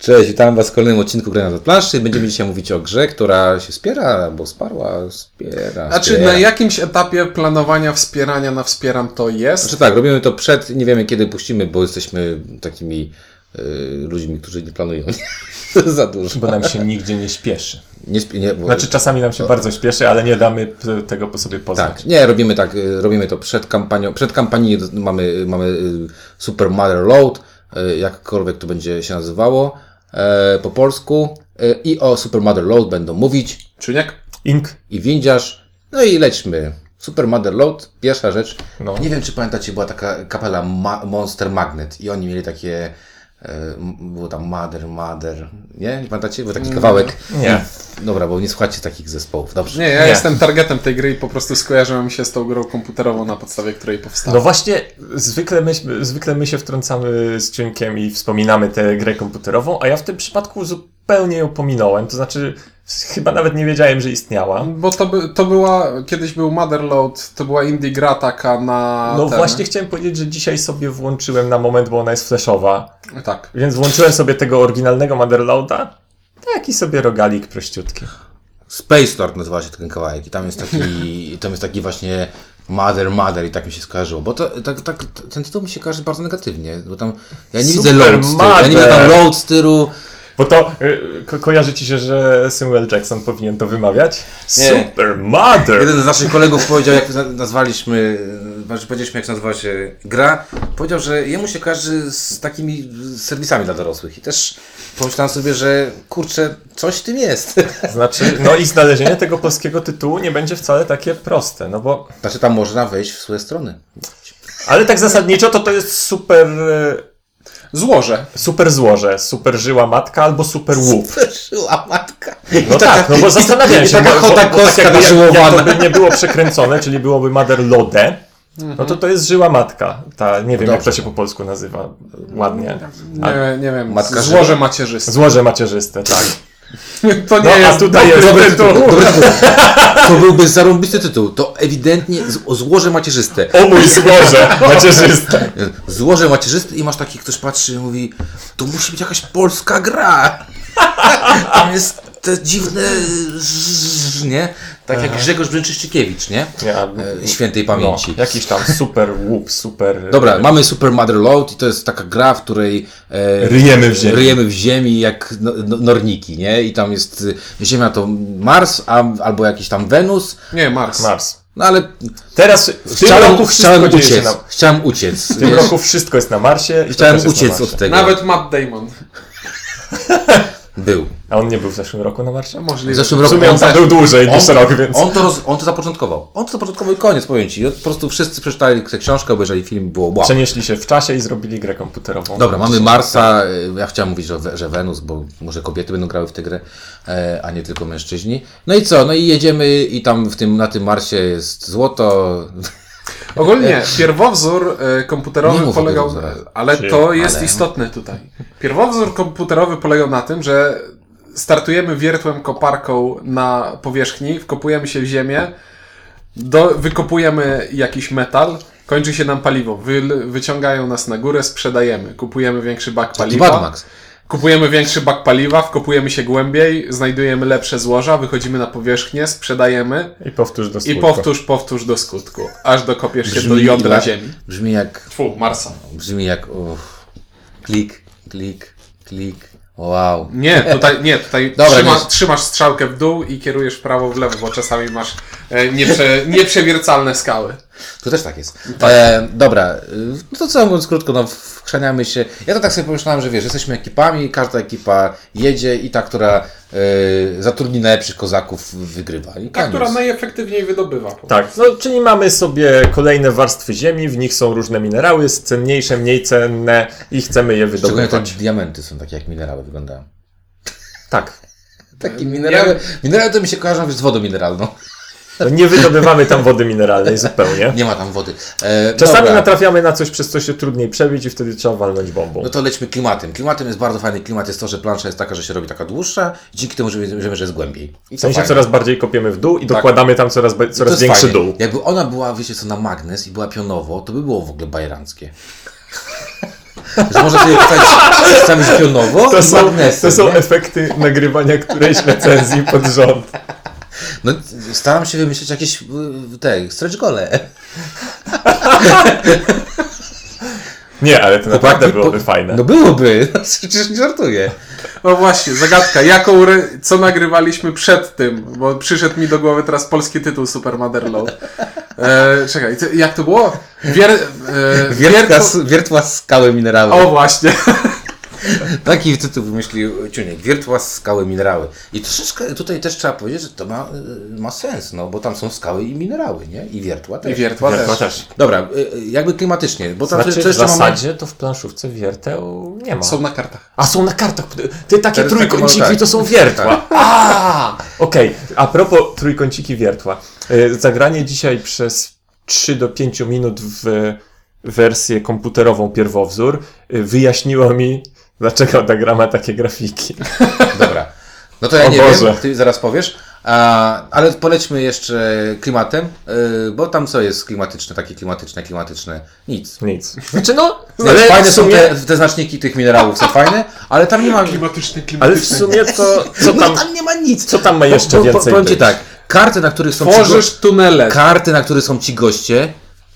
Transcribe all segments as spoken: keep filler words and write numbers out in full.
Cześć, witam Was w kolejnym odcinku Grania na planszy. Będziemy dzisiaj mówić o grze, która się wspiera, albo wsparła, wspiera. Znaczy wspiera. na jakimś etapie planowania wspierania na wspieram to jest? Znaczy tak, robimy to przed, nie wiemy kiedy puścimy, bo jesteśmy takimi y, ludźmi, którzy nie planują. Za dużo. Bo nam się nigdzie nie śpieszy. Nie, spi- nie, bo... Znaczy czasami nam się to... bardzo śpieszy, ale nie damy tego po sobie poznać. Tak, nie, robimy tak, robimy to przed kampanią. Przed kampanią mamy, mamy Super Mother Load, jakkolwiek to będzie się nazywało po polsku. I o Super Mother Load będą mówić Czuniek? Ink i Windziarz. No i lećmy. Super Mother Load, pierwsza rzecz. No. Nie wiem, czy pamiętacie, była taka kapela Ma- Monster Magnet i oni mieli takie, e, było tam Mother, Mother, nie? Nie pamiętacie? Był taki kawałek. Nie. Dobra, bo nie słuchacie takich zespołów, dobrze? Nie, ja Nie. jestem targetem tej gry i po prostu skojarzyłem się z tą grą komputerową, na podstawie której powstała. No właśnie, zwykle my, zwykle my się wtrącamy z Ciunkiem i wspominamy tę grę komputerową, a ja w tym przypadku zupełnie ją pominąłem. To znaczy, chyba nawet nie wiedziałem, że istniała. Bo to, by, to była, kiedyś był Motherload, to była indie gra taka na... No ten... właśnie chciałem powiedzieć, że dzisiaj sobie włączyłem na moment, bo ona jest flashowa. Tak. Więc włączyłem sobie tego oryginalnego Motherloada. Taki sobie rogalik prościutki. Space Lord nazywa się ten kawałek i tam jest taki, tam jest taki właśnie Mother, Mother i tak mi się skojarzyło, bo to, tak, tak, ten tytuł mi się kojarzy bardzo negatywnie, bo tam, ja nie Super widzę load stylu, ja nie widzę tam load stylu. Bo to y, ko- kojarzy ci się, że Samuel Jackson powinien to wymawiać? Nie. Super Mother! Jeden z naszych kolegów powiedział, jak nazwaliśmy, znaczy powiedzieliśmy jak nazywa się gra, powiedział, że jemu się kojarzy z takimi serwisami dla dorosłych i też pomyślałem sobie, że kurczę, coś w tym jest. Znaczy, no i znalezienie tego polskiego tytułu nie będzie wcale takie proste, no bo... Znaczy tam można wejść w swoje strony. Ale tak zasadniczo to to jest super... y, Złoże. Super złoże, super żyła matka albo super łup. Żyła matka. No tak, no bo zastanawiałem się, taka bo, bo, chota bo tak kostka jakby, jak, jak nażyłowana. to by nie było przekręcone, czyli byłoby Mother Lode, no to to jest żyła matka. Ta, nie wiem jak to się po polsku nazywa ładnie. A, Nie, nie wiem, Matka złoże żyła? macierzyste. złoże macierzyste, tak. To nie No, a jest tutaj dobry jest tytuł. Dobry tytuł. To byłby zarąbisty tytuł. To ewidentnie z- o złoże macierzyste. O mój złoże macierzyste. Złoże macierzyste i masz taki, ktoś patrzy i mówi, to musi być jakaś polska gra. Tam jest te dziwne, ż- nie? Tak jak Grzegorz Brzęczyszczykiewicz, nie? Nie, a- E, Świętej pamięci. No, jakiś tam super łup, super... Dobra, mamy Super Mother Load i to jest taka gra, w której e, Ryjemy w ziemi. ryjemy w ziemi jak no, no, norniki, nie? I tam jest y, Ziemia to Mars, a, albo jakiś tam Wenus, Nie, Mars. Mars. no ale Teraz w tym chciałem, roku wszystko chciałem dzieje się uciec, na... chciałem uciec. W tym wiesz? roku wszystko jest na Marsie i Chciałem to też jest na uciec Marsie. od tego. Nawet Matt Damon. Był. A on nie był w zeszłym roku na Marsie? W Możliwe. zeszłym W roku sumie on tam był dłużej niż on, rok, więc... on, to roz, on to zapoczątkował. On to zapoczątkował i koniec, powiem Ci. Po prostu wszyscy przeczytali tę książkę, obejrzeli film, było wow. Przenieśli się w czasie i zrobili grę komputerową. Dobra, mamy Marsa. Ja chciałem mówić, że, że Wenus, bo może kobiety będą grały w tę grę, e, a nie tylko mężczyźni. No i co? No i jedziemy i tam w tym, na tym Marsie jest złoto. Ogólnie pierwowzór e, Nie komputerowy mów o polegał, pierwowzorach. ale Czy- to jest ale- istotne tutaj. Pierwowzór komputerowy polegał na tym, że startujemy wiertłem koparką na powierzchni, wkopujemy się w ziemię, do, wykopujemy jakiś metal, kończy się nam paliwo, wy, wyciągają nas na górę, sprzedajemy, kupujemy większy bak Taki paliwa. Mad Max. Kupujemy większy bak paliwa, wkopujemy się głębiej, znajdujemy lepsze złoża, wychodzimy na powierzchnię, sprzedajemy I powtórz do i skutku. powtórz, powtórz do skutku, aż dokopiesz się do Brzmi jądra jak- Ziemi. Brzmi jak, Fu, Marsa. brzmi jak, uff, klik, klik, klik, wow. Nie, tutaj, nie, tutaj Dobra, trzyma, nie. trzymasz strzałkę w dół i kierujesz w prawo, w lewo, bo czasami masz e, nieprze, nieprzewiercalne skały. Tu też tak jest. E, dobra, y, no to co mówiąc krótko, no wchrzaniamy się. Ja to tak sobie pomyślałem, że wiesz, jesteśmy ekipami, każda ekipa jedzie i ta, która y, zatrudni najlepszych kozaków, wygrywa. I Ta, koniec. która najefektywniej wydobywa. Po Tak, no czyli mamy sobie kolejne warstwy ziemi, w nich są różne minerały, jest cenniejsze, mniej cenne i chcemy je Szczególnie te wydobywać. diamenty są takie jak minerały wyglądają. Tak. Takie minerały, minerały to mi się kojarzą z wodą mineralną. No nie wydobywamy tam wody mineralnej zupełnie. Nie ma tam wody. E, Czasami dobra. natrafiamy na coś, przez co się trudniej przebić i wtedy trzeba walnąć bombą. No to lećmy klimatem. Klimatem jest bardzo fajny. Klimat jest to, że plansza jest taka, że się robi taka dłuższa i dzięki temu, że wiemy, że jest głębiej. I W to sensie fajne. coraz bardziej kopiemy w dół i Tak. dokładamy tam coraz, ba- To coraz jest większy fajne. dół. Jakby ona była, wiecie co, na magnes i była pionowo, to by było w ogóle bajeranckie. Że można sobie wstawić pionowo To i są, magnesem, to są nie? efekty nagrywania którejś recenzji pod rząd. No, staram się wymyślić jakieś y, te stretch gole. Nie, ale to naprawdę Chłopaki, byłoby po- fajne. No byłoby, no, przecież nie żartuję. O właśnie, zagadka. Jaką re... Co nagrywaliśmy przed tym? Bo przyszedł mi do głowy teraz polski tytuł Super Motherload. E, czekaj, co- jak to było? Wier... E, Wiertka, wiertło- z- wiertła skały minerały. O właśnie. Taki tytuł wymyślił Ciuniek. Wiertła skały minerały. I troszeczkę tutaj też trzeba powiedzieć, że to ma, y, ma sens, no bo tam są skały i minerały, nie? I wiertła też. I wiertła Wiertła też. też. Dobra, y, y, jakby klimatycznie, bo tam Znaczy co w jeszcze mamy? zasadzie to w planszówce wierteł nie ma. Są na kartach. A są na kartach. Ty takie Teraz trójkąciki tak, tak. to są wiertła. A, okej. A propos trójkąciki wiertła. Y, Zagranie dzisiaj przez trzy do pięciu minut w wersję komputerową pierwowzór y, wyjaśniło mi, dlaczego ta gra ma takie grafiki. Dobra. No to ja O nie Boże. wiem, ty zaraz powiesz. A, ale polećmy jeszcze klimatem, y, bo tam co jest klimatyczne, takie klimatyczne, klimatyczne? Nic. Nic. Znaczy no, Ale ale fajne w sumie, są te, te znaczniki tych minerałów, są fajne, ale tam nie ma... Klimatyczny, ale w klimatyczny. sumie to co No tam, tam nie ma nic. co tam ma jeszcze Po- po- więcej Powiem Ci być? tak, karty, na których są ci Tworzysz go... tunele. karty, na których są ci goście,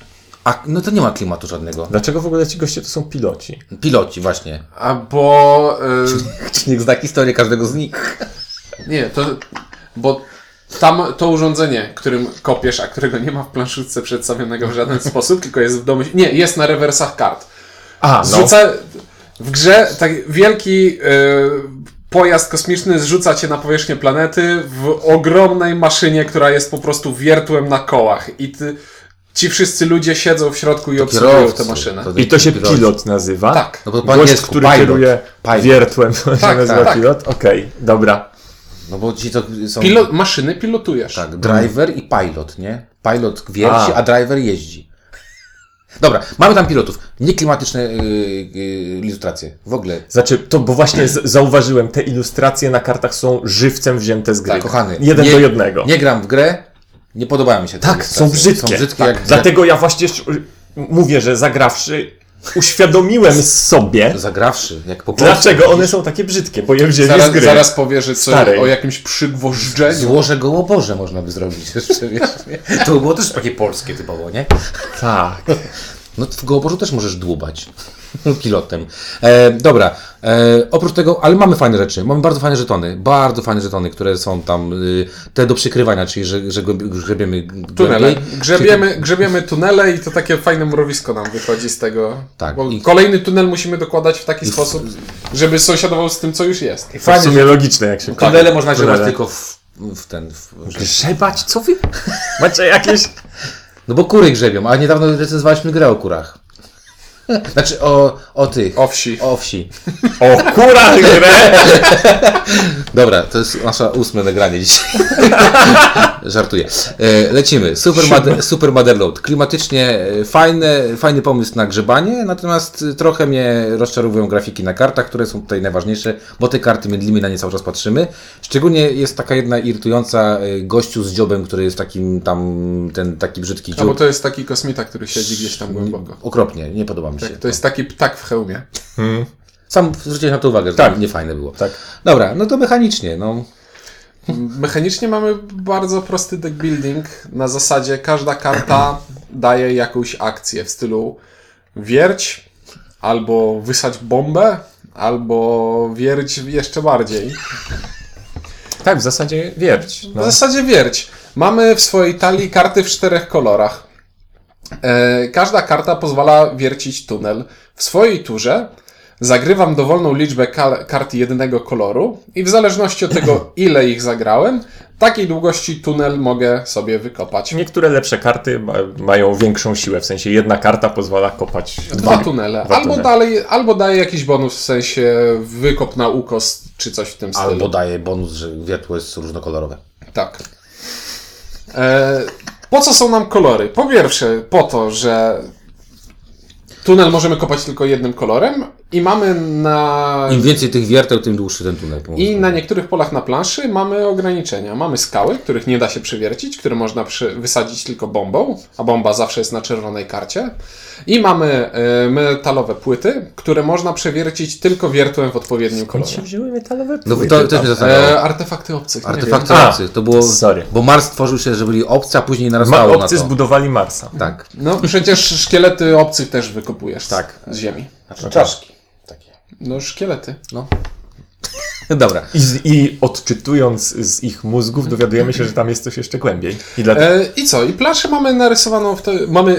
a no to nie ma klimatu żadnego. Dlaczego w ogóle ci goście to są piloci? Piloci właśnie. A bo... Y, Czynnik zna historię każdego z nich. nie, to... Bo tam to urządzenie, którym kopiesz, a którego nie ma w planszówce przedstawionego w żaden sposób, tylko jest w domu... Nie, jest na rewersach kart. A, no. Zrzuca... W grze tak wielki... Y, pojazd kosmiczny zrzuca cię na powierzchnię planety w ogromnej maszynie, która jest po prostu wiertłem na kołach. I ty, ci wszyscy ludzie siedzą w środku i obsługują Kierowcy. tę maszynę. To- I to się piloci. pilot nazywa? Tak. No bo po Gość, angielsku który pilot. kieruje Pilot. wiertłem, to się Tak, nazywa tak. pilot? Okej, dobra. No bo ci to są... Pilot, maszyny pilotujesz. Tak, driver i pilot, nie? Pilot wierci, A. a, driver jeździ. Dobra, mamy tam pilotów. Nieklimatyczne yy, yy, ilustracje. W ogóle. Znaczy, to bo właśnie z- zauważyłem, te ilustracje na kartach są żywcem wzięte z gry. Tak, kochany. Jeden nie, do jednego. Nie gram w grę, nie podobają mi się te Tak, ilustracje. są brzydkie. Są brzydkie tak. jak... Dlatego ja właśnie sz- mówię, że zagrawszy, uświadomiłem sobie, Zagrawszy, jak po polsku. dlaczego one są takie brzydkie, bo je wzięli Zaraz, z gry. zaraz powie, że coś Starej. o jakimś przygwożdżeniu. Złoże gołoboże można by zrobić jeszcze, wiesz, nie? To by było też takie polskie typowo, nie? Tak. No w gołoborzu też możesz dłubać pilotem. E, dobra, e, oprócz tego, ale mamy fajne rzeczy. Mamy bardzo fajne żetony. Bardzo fajne żetony, które są tam, y, te do przykrywania, czyli że, że głębi- grzebiemy Tunele. głębiej. Grzebiemy, grzebiemy tunele i to takie fajne mrowisko nam wychodzi z tego. Tak. Bo I- kolejny tunel musimy dokładać w taki sposób, żeby sąsiadował z tym, co już jest. To w Fajne, sumie logiczne, jak się tunele można Tunele. grzebać tylko w, w ten... W, że... Grzebać? Co wy? Macie jakieś... No bo kury grzebią, a niedawno recenzowaliśmy grę o kurach. Znaczy o, o tych. O wsi. O wsi. O kurach grę! Dobra, to jest nasze ósme nagranie dzisiaj. Żartuję. E, lecimy. Super, Mother, Super Motherload. Klimatycznie e, fajne, fajny pomysł na grzebanie, natomiast e, trochę mnie rozczarowują grafiki na kartach, które są tutaj najważniejsze, bo te karty mydlimy, na nie cały czas patrzymy. Szczególnie jest taka jedna irytująca e, gościu z dziobem, który jest takim tam, ten taki brzydki No dziób. bo to jest taki kosmita, który siedzi gdzieś tam głęboko. Okropnie, nie podoba mi się. Tak, to jest taki ptak w hełmie. Sam zwróciłeś na to uwagę, że Tak. to nie fajne było. Tak. Dobra, no to mechanicznie, no. Mechanicznie mamy bardzo prosty deck building. Na zasadzie każda karta daje jakąś akcję w stylu wierć, albo wysadź bombę, albo wierć jeszcze bardziej. Tak, w zasadzie wierć. W No. zasadzie wierć. Mamy w swojej talii karty w czterech kolorach. E, każda karta pozwala wiercić tunel. W swojej turze zagrywam dowolną liczbę ka- kart jednego koloru i w zależności od tego, ile ich zagrałem, takiej długości tunel mogę sobie wykopać. Niektóre lepsze karty ma, mają większą siłę, w sensie jedna karta pozwala kopać Dwa tunele. Dwa albo, tunele. dalej, albo daje jakiś bonus, w sensie wykop na ukos, czy coś w tym stylu. Albo daje bonus, że wiertło jest różnokolorowe. Tak. E, po co są nam kolory? Po pierwsze, po to, że tunel możemy kopać tylko jednym kolorem I mamy na... Im więcej tych wierteł, tym dłuższy ten tunel. I na niektórych polach na planszy mamy ograniczenia. Mamy skały, których nie da się przewiercić, które można przy... wysadzić tylko bombą, a bomba zawsze jest na czerwonej karcie. I mamy y, metalowe płyty, które można przewiercić tylko wiertłem w odpowiednim Skąd się kolorze. wzięły metalowe No płyty? to też mnie zastanawiało. E, artefakty obcych. nie Artefakty A, obcych. To było... sorry. Bo Mars stworzył się, że byli obcy, a później Ma, narastało na obcy to. zbudowali Marsa. Tak. wiem. No przecież szkielety obcych też wykopujesz z, Tak. z ziemi. Znaczy czaszki. Takie. No szkielety. No. Dobra. I, z, I odczytując z ich mózgów dowiadujemy się, że tam jest coś jeszcze głębiej. I dlatego... E, I co? I planszę mamy narysowaną, w te, mamy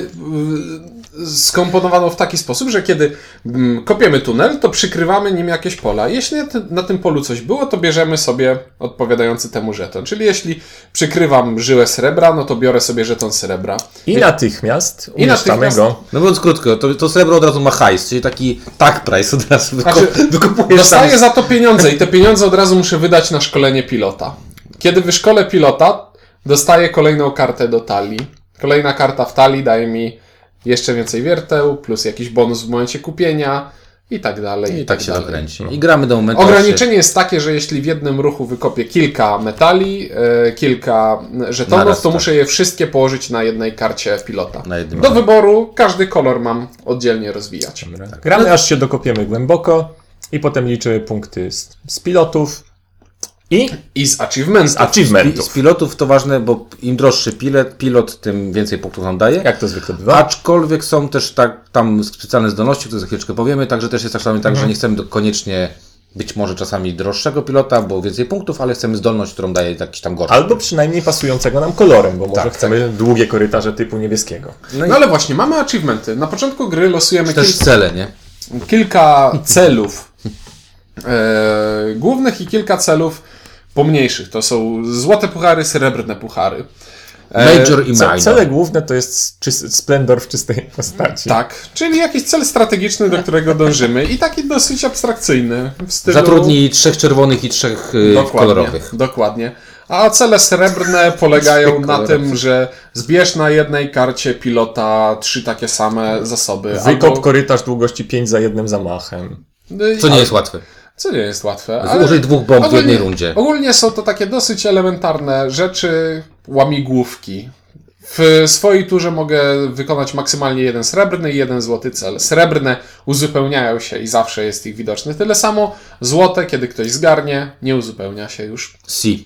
y, skomponowaną w taki sposób, że kiedy mm, kopiemy tunel, to przykrywamy nim jakieś pola. Jeśli na, ty, na tym polu coś było, to bierzemy sobie odpowiadający temu żeton. Czyli jeśli przykrywam żyłę srebra, no to biorę sobie żeton srebra. I natychmiast I umieszczamy natychmiast- go. No mówiąc krótko, to, to srebro od razu ma hajs, czyli taki tak price od razu wyko- Znaczy, wykupujesz Dostaję tam. za to pieniądze i te pieniądze od razu muszę wydać na szkolenie pilota. Kiedy wyszkolę pilota, dostaję kolejną kartę do talii. Kolejna karta w talii daje mi jeszcze więcej wierteł, plus jakiś bonus w momencie kupienia i tak dalej. I tak się dalej. dokręci. I gramy do momentu. Ograniczenie jest takie, że jeśli w jednym ruchu wykopię kilka metali, e, kilka żetonów, Naraz, to tak. muszę je wszystkie położyć na jednej karcie pilota. Na jednym Do wyboru każdy kolor mam oddzielnie rozwijać. Gramy aż się dokopiemy głęboko i potem liczymy punkty z, z pilotów i I z achievementów. z achievementów. Z pilotów to ważne, bo im droższy pilot, pilot, tym więcej punktów nam daje. Jak to zwykle bywa. Aczkolwiek są też tak, tam specjalne zdolności, które za chwileczkę powiemy, także też jest czasami tak, że nie chcemy do, koniecznie być może czasami droższego pilota, bo więcej punktów, ale chcemy zdolność, którą daje jakiś tam gorszy. Albo przynajmniej pasującego nam kolorem, bo może Tak, chcemy długie korytarze typu niebieskiego. No, No ale właśnie, mamy achievementy. Na początku gry losujemy i też kil- cele, nie? kilka celów e, głównych i kilka celów pomniejszych. To są złote puchary, srebrne puchary. E, Major i Ce, minor. cele główne to jest czys- splendor w czystej postaci. Tak, czyli jakiś cel strategiczny, do którego dążymy i taki dosyć abstrakcyjny w stylu... Zatrudnij trzech czerwonych i trzech y, Dokładnie, kolorowych. dokładnie. A cele srebrne polegają na kolorowe. tym, że zbierz na jednej karcie pilota trzy takie same zasoby. Wykop albo- korytarz długości pięć za jednym zamachem. Co nie jest łatwe. Co nie jest łatwe. Użyj dwóch bomb w ogólnie- jednej rundzie. Ogólnie są to takie dosyć elementarne rzeczy, łamigłówki. W swojej turze mogę wykonać maksymalnie jeden srebrny i jeden złoty cel. Srebrne uzupełniają się i zawsze jest ich widoczne tyle samo. Złote, kiedy ktoś zgarnie, nie uzupełnia się już. Si.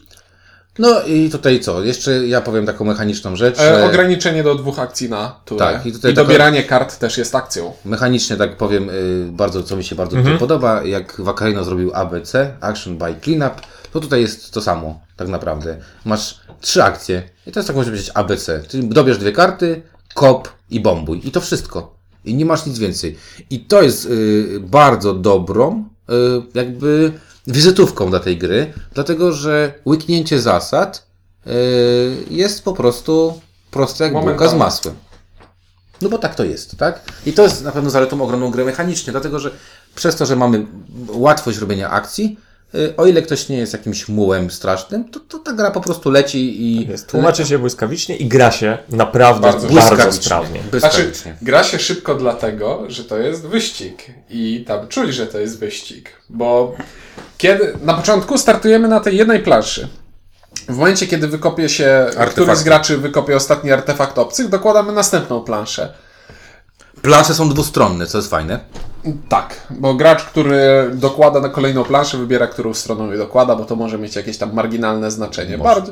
No i tutaj co? Jeszcze ja powiem taką mechaniczną rzecz. E, że ograniczenie do dwóch akcji na turę. Tak, i I, tutaj taka- dobieranie kart też jest akcją. Mechanicznie tak powiem, y, bardzo, co mi się bardzo tutaj podoba, jak Vaccarino zrobił A B C, Action by Cleanup, to tutaj jest to samo, tak naprawdę. Masz trzy akcje i to jest tak może powiedzieć A B C, czyli dobierz dwie karty, kop i bombuj i to wszystko. I nie masz nic więcej. I to jest y, bardzo dobrą y, jakby wizytówką dla tej gry, dlatego że łyknięcie zasad y, jest po prostu proste jak bułka z Momentalne. masłem. No bo tak to jest, tak? I to jest na pewno zaletą ogromną gry mechanicznie, dlatego że przez to, że mamy łatwość robienia akcji, y, o ile ktoś nie jest jakimś mułem strasznym, to, to ta gra po prostu leci i... Jest, tłumaczy się błyskawicznie i gra się naprawdę Bardzo bardzo, błyskawicznie. sprawnie. Znaczy, Błyskawicznie. gra się szybko dlatego, że to jest wyścig. I tam czuli, że to jest wyścig. Bo kiedy na początku startujemy na tej jednej planszy. W momencie, kiedy wykopie się, któryś z graczy wykopie ostatni artefakt obcych, dokładamy następną planszę. Plansze są dwustronne, co jest fajne. Tak, bo gracz, który dokłada na kolejną planszę, wybiera, którą stroną je dokłada, bo to może mieć jakieś tam marginalne znaczenie. Bardzo.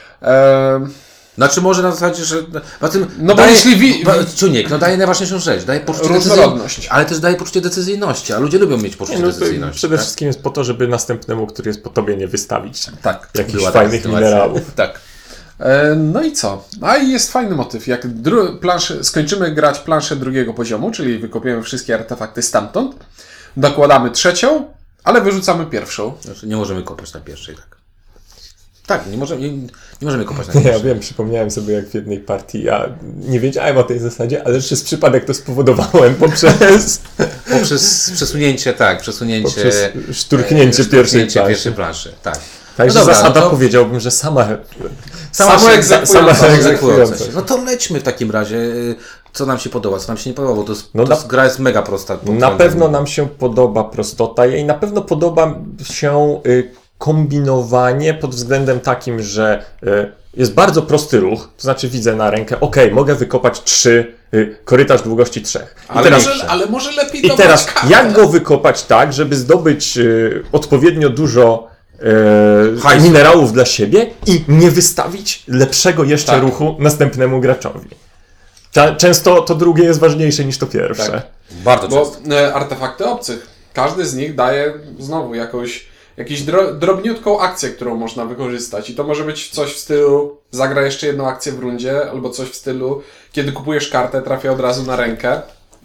Em, Znaczy może na zasadzie, że... Na tym No bo jeśli wi- ba- Czuniek, no daje najważniejszą rzecz, daje poczucie Różnorodność. decyzyjności, ale też daje poczucie decyzyjności, a ludzie lubią mieć poczucie Nie, no, to decyzyjności. przede tak? wszystkim jest po to, żeby następnemu, który jest po tobie, nie wystawić tak. jakichś była taka fajnych sytuacja. minerałów. Tak. E, No i co? A i jest fajny motyw. Jak dru- planszę, skończymy grać planszę drugiego poziomu, czyli wykopiemy wszystkie artefakty stamtąd, dokładamy trzecią, ale wyrzucamy pierwszą. Znaczy, nie możemy kopać na pierwszej, tak. Tak, nie możemy, nie, nie możemy kopać na Ja pierwszej. wiem, przypomniałem sobie jak w jednej partii, ja nie wiedziałem o tej zasadzie, ale przez przypadek to spowodowałem poprzez, Poprzez przesunięcie, tak, przesunięcie... poprzez szturchnięcie e, pierwszej szturchnięcie planszy. pierwszej planszy. Tak. Także No dobra, zasada no to- powiedziałbym, że sama sama Samo się egzekwująca. sama egzekwująca egzekwująca się. się. No to lećmy w takim razie, y, co nam się podoba, co nam się nie podoba, bo to, jest, No to na- jest, gra jest mega prosta. pod Na względem- pewno nam się podoba prostota jej, na pewno podoba się y, kombinowanie pod względem takim, że y, jest bardzo prosty ruch, to znaczy widzę na rękę, ok, mogę wykopać trzy, y, korytarz długości trzech. I Ale, teraz, może, ale może lepiej i dobrać teraz kartę. jak go wykopać tak, żeby zdobyć y, odpowiednio dużo y, Hajsu. minerałów dla siebie i nie wystawić lepszego jeszcze Tak. ruchu następnemu graczowi. Cza- Często to drugie jest ważniejsze niż to pierwsze. Tak. Bardzo Bo często. e, artefakty obcych, każdy z nich daje znowu jakąś, jakąś dro, drobniutką akcję, którą można wykorzystać. I to może być coś w stylu zagra jeszcze jedną akcję w rundzie, albo coś w stylu kiedy kupujesz kartę, trafia od razu na rękę.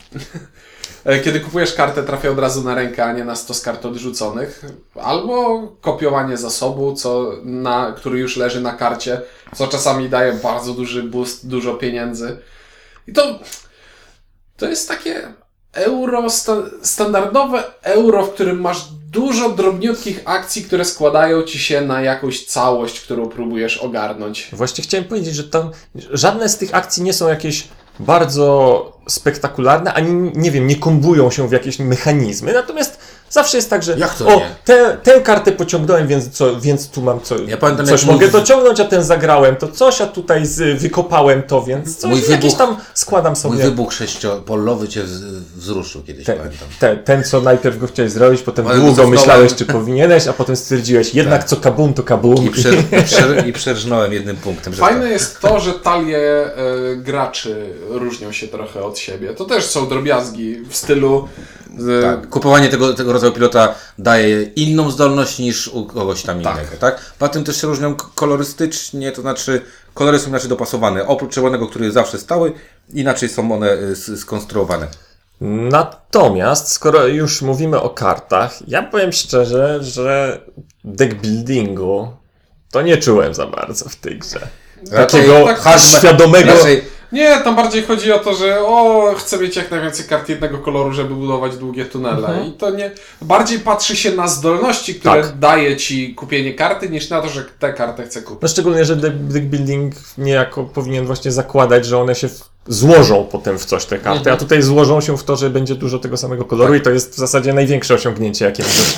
E, Kiedy kupujesz kartę, trafia od razu na rękę, a nie na stos kart odrzuconych. Albo kopiowanie zasobu, co na, który już leży na karcie, co czasami daje bardzo duży boost, dużo pieniędzy. I to, to jest takie euro, sta, standardowe euro, w którym masz dużo drobniutkich akcji, które składają ci się na jakąś całość, którą próbujesz ogarnąć. Właśnie chciałem powiedzieć, że tam żadne z tych akcji nie są jakieś bardzo spektakularne, ani nie wiem, nie kombują się w jakieś mechanizmy, natomiast zawsze jest tak, że Jak to o, nie? tę, tę kartę pociągnąłem, więc, co, więc tu mam co, Ja pamiętam, coś jak mogę mój- dociągnąć, a ten zagrałem to coś, a tutaj z, wykopałem to, więc coś Mój jakieś wybuch- tam składam sobie. Mój wybuch sześciopolowy cię wz- wzruszył kiedyś, Te, pamiętam. te, ten, co najpierw go chciałeś zrobić, potem Ale długo cofnąłem. myślałeś, czy powinieneś, a potem stwierdziłeś, jednak Tak. co kabum, to kabum. I, przer, i, przer, I przerżnąłem jednym punktem. że Fajne tak. jest to, że talie e, graczy różnią się trochę od siebie. To też są drobiazgi w stylu... e, Tak, kupowanie tego, tego rodzaju pilota daje inną zdolność niż u kogoś tam Tak. innego, tak? Poza tym też się różnią k- kolorystycznie, to znaczy kolory są inaczej dopasowane. Oprócz czerwonego, który jest zawsze stały, inaczej są one y, s- skonstruowane. Natomiast, skoro już mówimy o kartach, ja powiem szczerze, że deck buildingu to nie czułem za bardzo w tej grze. Takiego tak- hardme- świadomego... raczej Nie, tam bardziej chodzi o to, że o, chcę mieć jak najwięcej kart jednego koloru, żeby budować długie tunele. Mhm. I to nie... Bardziej patrzy się na zdolności, które Tak. daje ci kupienie karty, niż na to, że tę kartę chcę kupić. No szczególnie, że deck, deck building niejako powinien właśnie zakładać, że one się w, złożą potem w coś te karty, Mhm. a tutaj złożą się w to, że będzie dużo tego samego koloru i to jest w zasadzie największe osiągnięcie, jakie możesz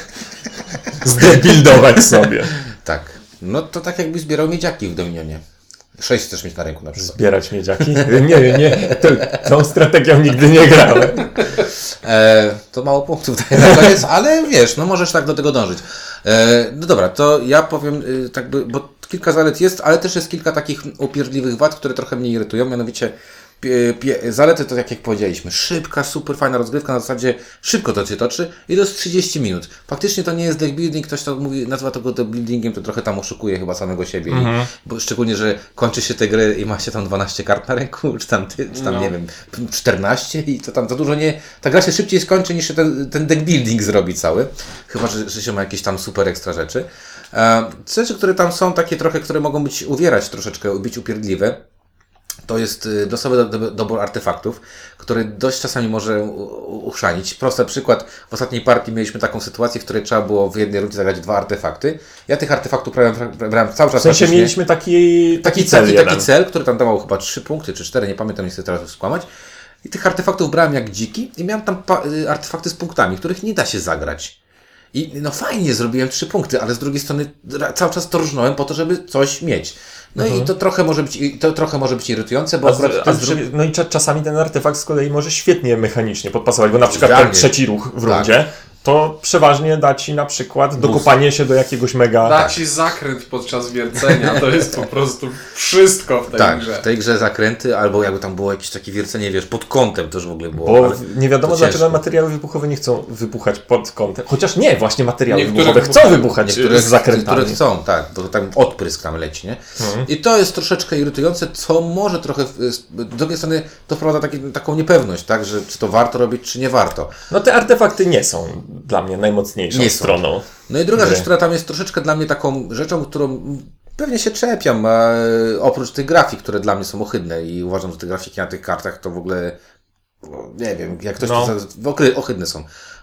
zdebildować sobie. Tak. No to tak jakbyś zbierał miedziaki w Dominionie. Sześć chcesz mieć na ręku na przykład. Zbierać miedziaki? Nie, nie, to, tą strategią nigdy nie grałem. E, to mało punktów daje na koniec, ale wiesz, no możesz tak do tego dążyć. E, no dobra, to ja powiem y, tak, by, bo kilka zalet jest, ale też jest kilka takich upierdliwych wad, które trochę mnie irytują, mianowicie pie, pie, zalety to tak jak powiedzieliśmy, szybka, super fajna rozgrywka, na zasadzie szybko to się toczy i to jest trzydzieści minut. Faktycznie to nie jest deck building, ktoś to mówi, nazywa tego deck buildingiem, to trochę tam oszukuje chyba samego siebie, Mhm. i, bo szczególnie, że kończy się tę grę i ma się tam dwanaście kart na ręku, czy tam, ty, czy tam No. nie wiem, czternaście i to tam za dużo nie, ta gra się szybciej skończy niż się ten, ten deck building zrobi cały, chyba, że, że się ma jakieś tam super ekstra rzeczy. E, rzeczy, które tam są takie trochę, które mogą być uwierać troszeczkę, być upierdliwe, to jest y, losowy do, do, dobór artefaktów, który dość czasami może u- u- uchrzanić. Prosty przykład, w ostatniej partii mieliśmy taką sytuację, w której trzeba było w jednej rundzie zagrać dwa artefakty. Ja tych artefaktów brałem, brałem cały czas W sensie praktycznie- mieliśmy taki, taki, taki, cel taki, jeden. taki cel, który tam dawał chyba trzy punkty, czy cztery, nie pamiętam, nie chcę teraz skłamać. I tych artefaktów brałem jak dziki i miałem tam pa- y, artefakty z punktami, których nie da się zagrać. I no fajnie, zrobiłem trzy punkty, ale z drugiej strony ra- cały czas to różnąłem po to, żeby coś mieć. No i to trochę może być, i to trochę może być irytujące, bo A z, akurat a ten z przy- drugiej, no i cza- czasami ten artefakt z kolei może świetnie mechanicznie podpasować, bo na przykład ten Idealnie. trzeci ruch w Tak. rundzie, to przeważnie da ci na przykład dokopanie się do jakiegoś mega... Da ci zakręt podczas wiercenia, to jest po prostu wszystko w tej tak, grze. w tej grze zakręty, albo jakby tam było jakieś takie wiercenie, wiesz, pod kątem też w ogóle było. Bo ale nie wiadomo to dlaczego ciężko. materiały wybuchowe nie chcą wybuchać pod kątem. Chociaż nie, właśnie materiały Niektóre wybuchowe chcą wybuchają. wybuchać Niektóre, z zakrętami. niektóre chcą, tak, bo to tam odprysk tam leci, nie? Mhm. I to jest troszeczkę irytujące, co może trochę, y, z drugiej strony to wprowadza taki, taką niepewność, tak, że czy to warto robić, czy nie warto. No te artefakty nie są dla mnie najmocniejszą Nie są. stroną. No i druga Gry. rzecz, która tam jest troszeczkę dla mnie taką rzeczą, którą pewnie się czepiam, a oprócz tych grafik, które dla mnie są ohydne i uważam, że te grafiki na tych kartach to w ogóle, no, nie wiem, jak ktoś No. to za- w ogóle ohydne są.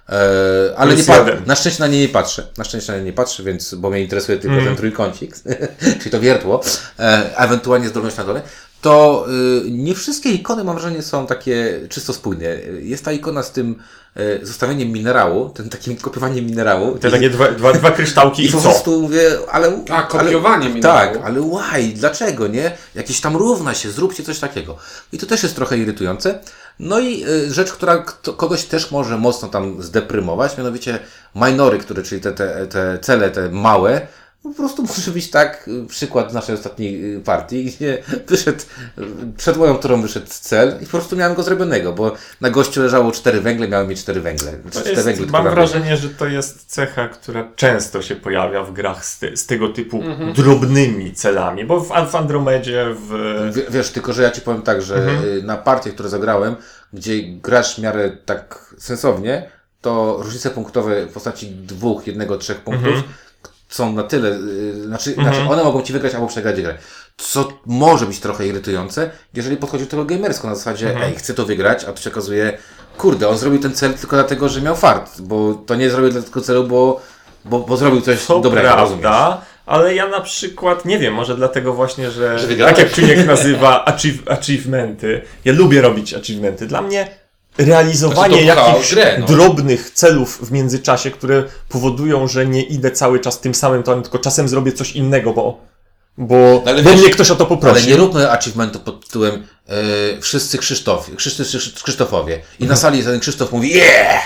E, ale Plus nie pa- jeden. na szczęście na nie nie patrzę. Na szczęście na nie nie patrzę, więc, bo mnie interesuje tylko Mm. ten trójkącik, czyli to wiertło, e, a ewentualnie zdolność na dole. To y, nie wszystkie ikony, mam wrażenie, są takie czysto spójne. Jest ta ikona z tym y, zostawieniem minerału, tym takim kopiowaniem minerału. Te takie dwa, dwa, dwa kryształki I i po co? prostu mówię, ale... A, kopiowanie ale, minerału. Tak, ale why? Dlaczego, nie? Jakieś tam równa się, zróbcie coś takiego. I to też jest trochę irytujące. No i y, rzecz, która kto, kogoś też może mocno tam zdeprymować, mianowicie minory, które, czyli te, te, te cele, te małe, po prostu może być tak, y, przykład z naszej ostatniej y, partii, gdzie wyszedł, y, przed moją turą wyszedł cel i po prostu miałem go zrobionego, bo na gościu leżało cztery węgle, miałem mieć cztery węgle. To Cztery jest, węgle, mam tylko wrażenie, że to jest cecha, która często się pojawia w grach z, ty, z tego typu drobnymi celami, bo w, w Andromedzie, w... W, wiesz, tylko że ja Ci powiem tak, że y, na partie, które zagrałem, gdzie grasz w miarę tak sensownie, to różnice punktowe w postaci dwóch, jednego, trzech punktów są na tyle, y, znaczy, znaczy one mogą Ci wygrać albo przegrać grę. Co może być trochę irytujące, jeżeli podchodzi do tego gamersko na zasadzie, ej, chcę to wygrać, a tu się okazuje, kurde, on zrobił ten cel tylko dlatego, że miał fart, bo to nie zrobił dla tego celu, bo, bo, bo zrobił coś To dobrego, rozumiesz? prawda, ale ja na przykład, nie wiem, może dlatego właśnie, że, Że wygrałeś? tak jak Czuniek nazywa achieve, achievementy, ja lubię robić achievementy. Dla mnie realizowanie Znaczy, to pcha jakichś grę, no. drobnych celów w międzyczasie, które powodują, że nie idę cały czas tym samym torem, tylko czasem zrobię coś innego, bo, bo, No ale bo wiesz, mnie ktoś o to poprosi. Ale nie róbmy achievementu pod tytułem e, wszyscy Krzysztof, wszyscy Krzysztofowie. I na sali ten Krzysztof mówi yeah!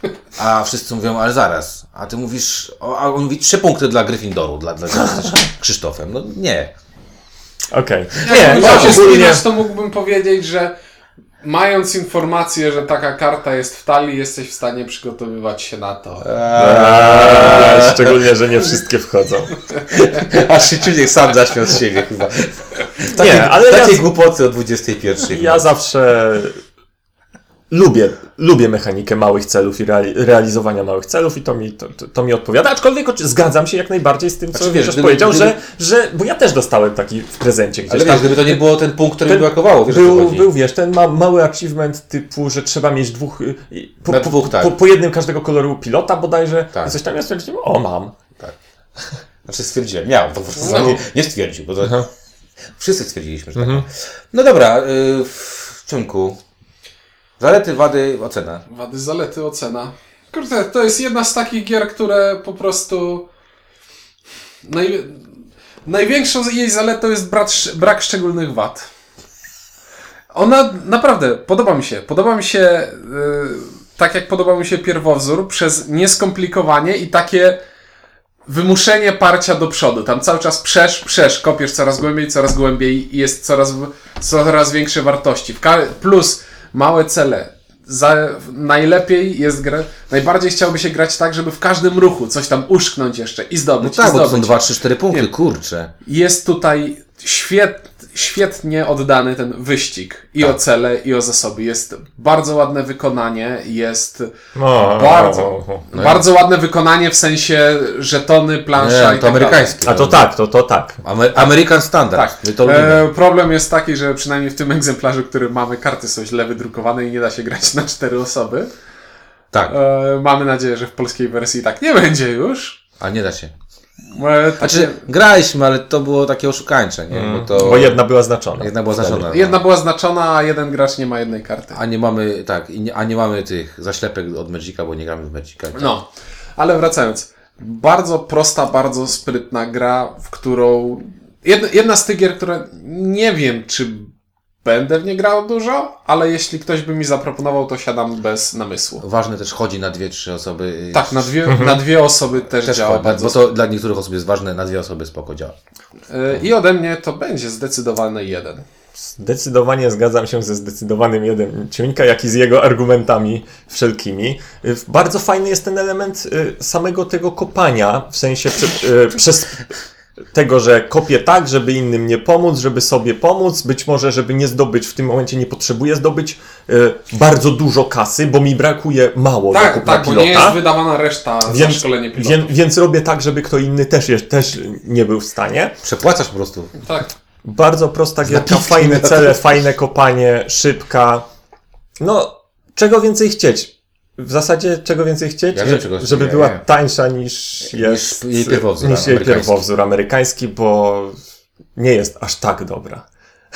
A wszyscy mówią, ale zaraz. A ty mówisz, o, a on mówi trzy punkty dla Gryffindoru, dla, dla dla Krzysztofem. No nie. Okej. Jak Nie, musiał się ja ogólnie... spinasz, to mógłbym powiedzieć, że mając informację, że taka karta jest w talii, jesteś w stanie przygotowywać się na to. Eee, szczególnie, że nie wszystkie wchodzą. Aż się człowiek sam zaśmiał z siebie chyba. Takie, Nie, ale takie ja- głupoty o dwudziestej pierwszej. Ja zawsze lubię, lubię mechanikę małych celów i reali- realizowania małych celów i to mi, to, to, to mi odpowiada. Aczkolwiek oczy- zgadzam się jak najbardziej z tym, co Znaczy, wiesz, wiesz, gdyby- powiedział, gdyby- że, że, bo ja też dostałem taki w prezencie gdzieś Ale tam. wiesz, gdyby to nie było ten punkt, który mi Ten- brakowało, wiesz, o co Był, chodzi. był, wiesz, ten ma, mały achievement typu, że trzeba mieć dwóch, y, i- po, Na po, dwóch, tak. po, po jednym każdego koloru pilota bodajże, Tak. i coś tam ja stwierdziłem, o mam. Znaczy stwierdziłem, miał, to po prostu No. nie, nie stwierdził, bo to wszyscy stwierdziliśmy, że tak. No dobra, yy, w ciągu. Zalety, wady, ocena. Wady, zalety, ocena. Kurde, to jest jedna z takich gier, które po prostu... Naj... Największą jej zaletą jest brak, brak szczególnych wad. Ona naprawdę podoba mi się. Podoba mi się, yy, tak jak podoba mi się pierwowzór, przez nieskomplikowanie i takie wymuszenie parcia do przodu. Tam cały czas przesz, przesz, kopiesz coraz głębiej, coraz głębiej i jest coraz, w- coraz większe wartości. W ka- plus małe cele. Za, najlepiej jest gra, najbardziej chciałoby się grać tak, żeby w każdym ruchu coś tam uszknąć jeszcze i No zdobyć, i tak, bo to są zdobyć. dwa, trzy, cztery punkty, Nie. kurczę. Jest tutaj świet, świetnie oddany ten wyścig i Tak. o cele, i o zasoby. Jest bardzo ładne wykonanie, jest No, bardzo, no bardzo ładne wykonanie w sensie żetony, plansza Nie, i to tak amerykańskie. A to tak, to, to tak. Amer- American Standard. Tak. My to lubimy. E, problem jest taki, że przynajmniej w tym egzemplarzu, który mamy, karty są źle wydrukowane i nie da się grać na cztery osoby. Tak, E, mamy nadzieję, że w polskiej wersji tak nie będzie już. a nie da się. E, tak Znaczy, graliśmy, ale to było takie oszukańcze, nie? Bo to Bo jedna była znaczona. jedna była znaczona. Jedna była znaczona, a jeden gracz nie ma jednej karty. A nie mamy, tak, i nie, a nie mamy tych zaślepek od Magica, bo nie gramy w Magica. No, ale wracając. Bardzo prosta, bardzo sprytna gra, w którą... Jedna, jedna z tych gier, które nie wiem, czy będę w nie grał dużo, ale jeśli ktoś by mi zaproponował, to siadam bez namysłu. Ważne też chodzi na dwie, trzy osoby. Tak, na dwie, na dwie osoby też, też działa chodzi, bardzo bo to dla niektórych osób jest ważne, na dwie osoby spoko działa. Y, I ode mnie to będzie zdecydowany jeden. Zdecydowanie zgadzam się ze zdecydowanym jeden Ciuńka, jak i z jego argumentami wszelkimi. Y, Bardzo fajny jest ten element y, samego tego kopania, w sensie prze, y, przez tego, że kopię tak, żeby innym nie pomóc, żeby sobie pomóc, być może, żeby nie zdobyć, w tym momencie nie potrzebuję zdobyć y, bardzo dużo kasy, bo mi brakuje mało do Tak, kupna tak, bo pilota. nie jest wydawana reszta za Więc, szkolenie pilota. więc, więc robię tak, żeby kto inny też, jest, też nie był w stanie. Przepłacasz po prostu. Tak. Bardzo prosta gierka, napiskiem fajne na to. cele, fajne kopanie, szybka. No, czego więcej chcieć? w zasadzie czego więcej chcieć? Ja wiem, czego żeby nie, była nie. tańsza niż jest Niż jej pierwowzór niż jej amerykański. pierwowzór amerykański, bo nie jest aż tak dobra.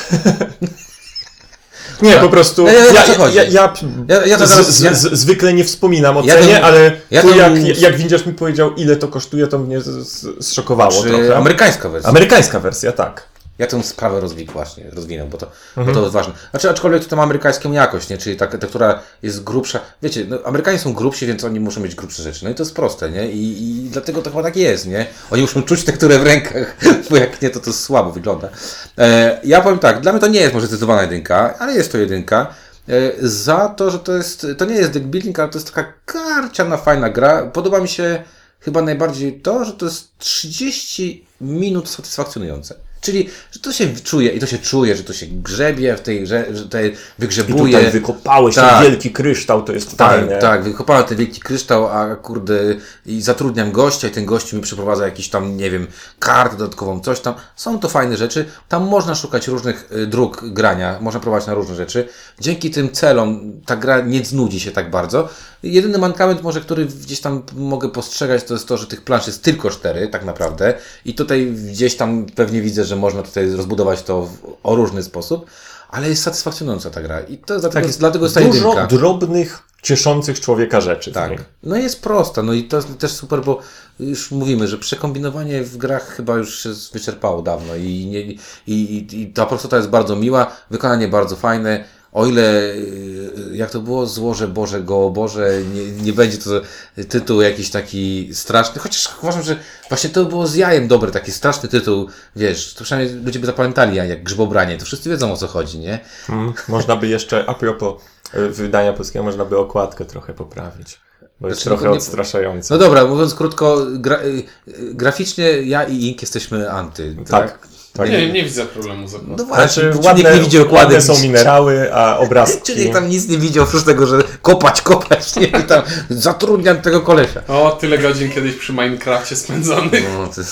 Nie, Ja- po prostu Ja- ja- ja, ja- o co ja, chodzi? ja, ja, Ja- ja to z, zaraz- z, ja- z, zwykle nie wspominam o Ja cenie, to- ale ja tu to- jak, jak widzisz mi powiedział, ile to kosztuje, to mnie z, z, zszokowało Czy trochę. amerykańska wersja. Amerykańska wersja, tak. Ja tę sprawę rozwinę właśnie, rozwinę, bo to, bo to jest ważne. Znaczy, aczkolwiek to ma amerykańską jakość, nie? Czyli ta, ta, która jest grubsza. Wiecie, no, Amerykanie są grubsi, więc oni muszą mieć grubsze rzeczy. No i to jest proste, nie? I, i dlatego to chyba tak jest, nie? Oni muszą czuć te, które w rękach, bo jak nie, to to słabo wygląda. E, ja powiem tak, dla mnie to nie jest może zdecydowana jedynka, ale jest to jedynka. E, za to, że to jest, to nie jest deck building, ale to jest taka karciana, fajna gra. Podoba mi się chyba najbardziej to, że to jest trzydzieści minut satysfakcjonujące. Czyli, że to się czuje i to się czuje, że to się grzebie w tej grze, że tutaj I wygrzebuje. tutaj wykopałeś Tak. ten wielki kryształ, to jest Tak, fajne. tak, wykopałem ten wielki kryształ, a kurde, i zatrudniam gościa i ten gościu mi przeprowadza jakiś tam, nie wiem, kartę dodatkową, coś tam. Są to fajne rzeczy. Tam można szukać różnych y, dróg grania, można próbować na różne rzeczy. Dzięki tym celom ta gra nie znudzi się tak bardzo. Jedyny mankament może, który gdzieś tam mogę postrzegać, to jest to, że tych plansz jest tylko cztery, tak naprawdę. I tutaj gdzieś tam pewnie widzę, że można tutaj rozbudować to w, o różny sposób. Ale jest satysfakcjonująca ta gra. I to jest dlatego, jest dlatego jest ta Dużo jedynka. drobnych, cieszących człowieka rzeczy. w Tak. niej. No jest prosta, no i to jest też super, bo już mówimy, że przekombinowanie w grach chyba już się wyczerpało dawno i, nie, i, i, i ta prostota jest bardzo miła, wykonanie bardzo fajne. O ile, y, jak to było, złoże Boże, go Boże, nie, nie będzie to tytuł jakiś taki straszny, chociaż uważam, że właśnie to było z jajem dobry, taki straszny tytuł, wiesz, to przynajmniej ludzie by zapamiętali jak grzybobranie, to wszyscy wiedzą o co chodzi, nie? Mm, można by jeszcze, a propos y, wydania polskiego, można by okładkę trochę poprawić. Bo jest Znaczy, trochę no nie- odstraszająca. No dobra, mówiąc krótko, gra, y, y, graficznie ja i Ink jesteśmy anty, tak? tak. tak. Nie, nie widzę problemu z No okładką. właśnie, Znaczy, człowiek ładne, nie widzi okładek. ładne są minerały, a obrazki... Człowiek tam nic nie widział, oprócz tego, że kopać, kopać, nie? I tam zatrudniam tego kolesia. O, tyle godzin kiedyś przy Minecrafcie spędzonych. No, to,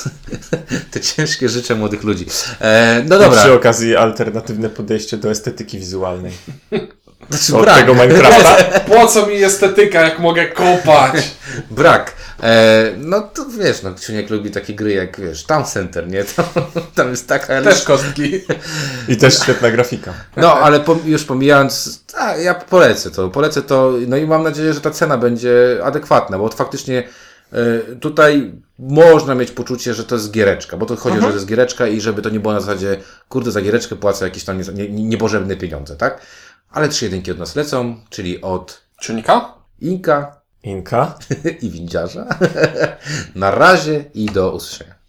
te ciężkie życzę młodych ludzi. E, no dobra. Przy okazji alternatywne podejście do estetyki wizualnej. Znaczy, Od brak. tego Minecrafta. Po co mi estetyka, jak mogę kopać? Brak. E, no to wiesz, no Ksiuniek lubi takie gry jak, wiesz, Town Center, nie? Tam, tam jest taka... Też kostki. I też świetna grafika. No, ale pom- już pomijając, a, ja polecę to, polecę to, no i mam nadzieję, że ta cena będzie adekwatna, bo faktycznie y, tutaj można mieć poczucie, że to jest giereczka, bo to chodzi o to, że to jest giereczka i żeby to nie było na zasadzie, kurde, za giereczkę płacę jakieś tam nie, nie, niebożebne pieniądze, tak? Ale trzy jedynki od nas lecą, czyli od Czujnika? Inka Inka. i Windziarza. Na razie i do usłyszenia.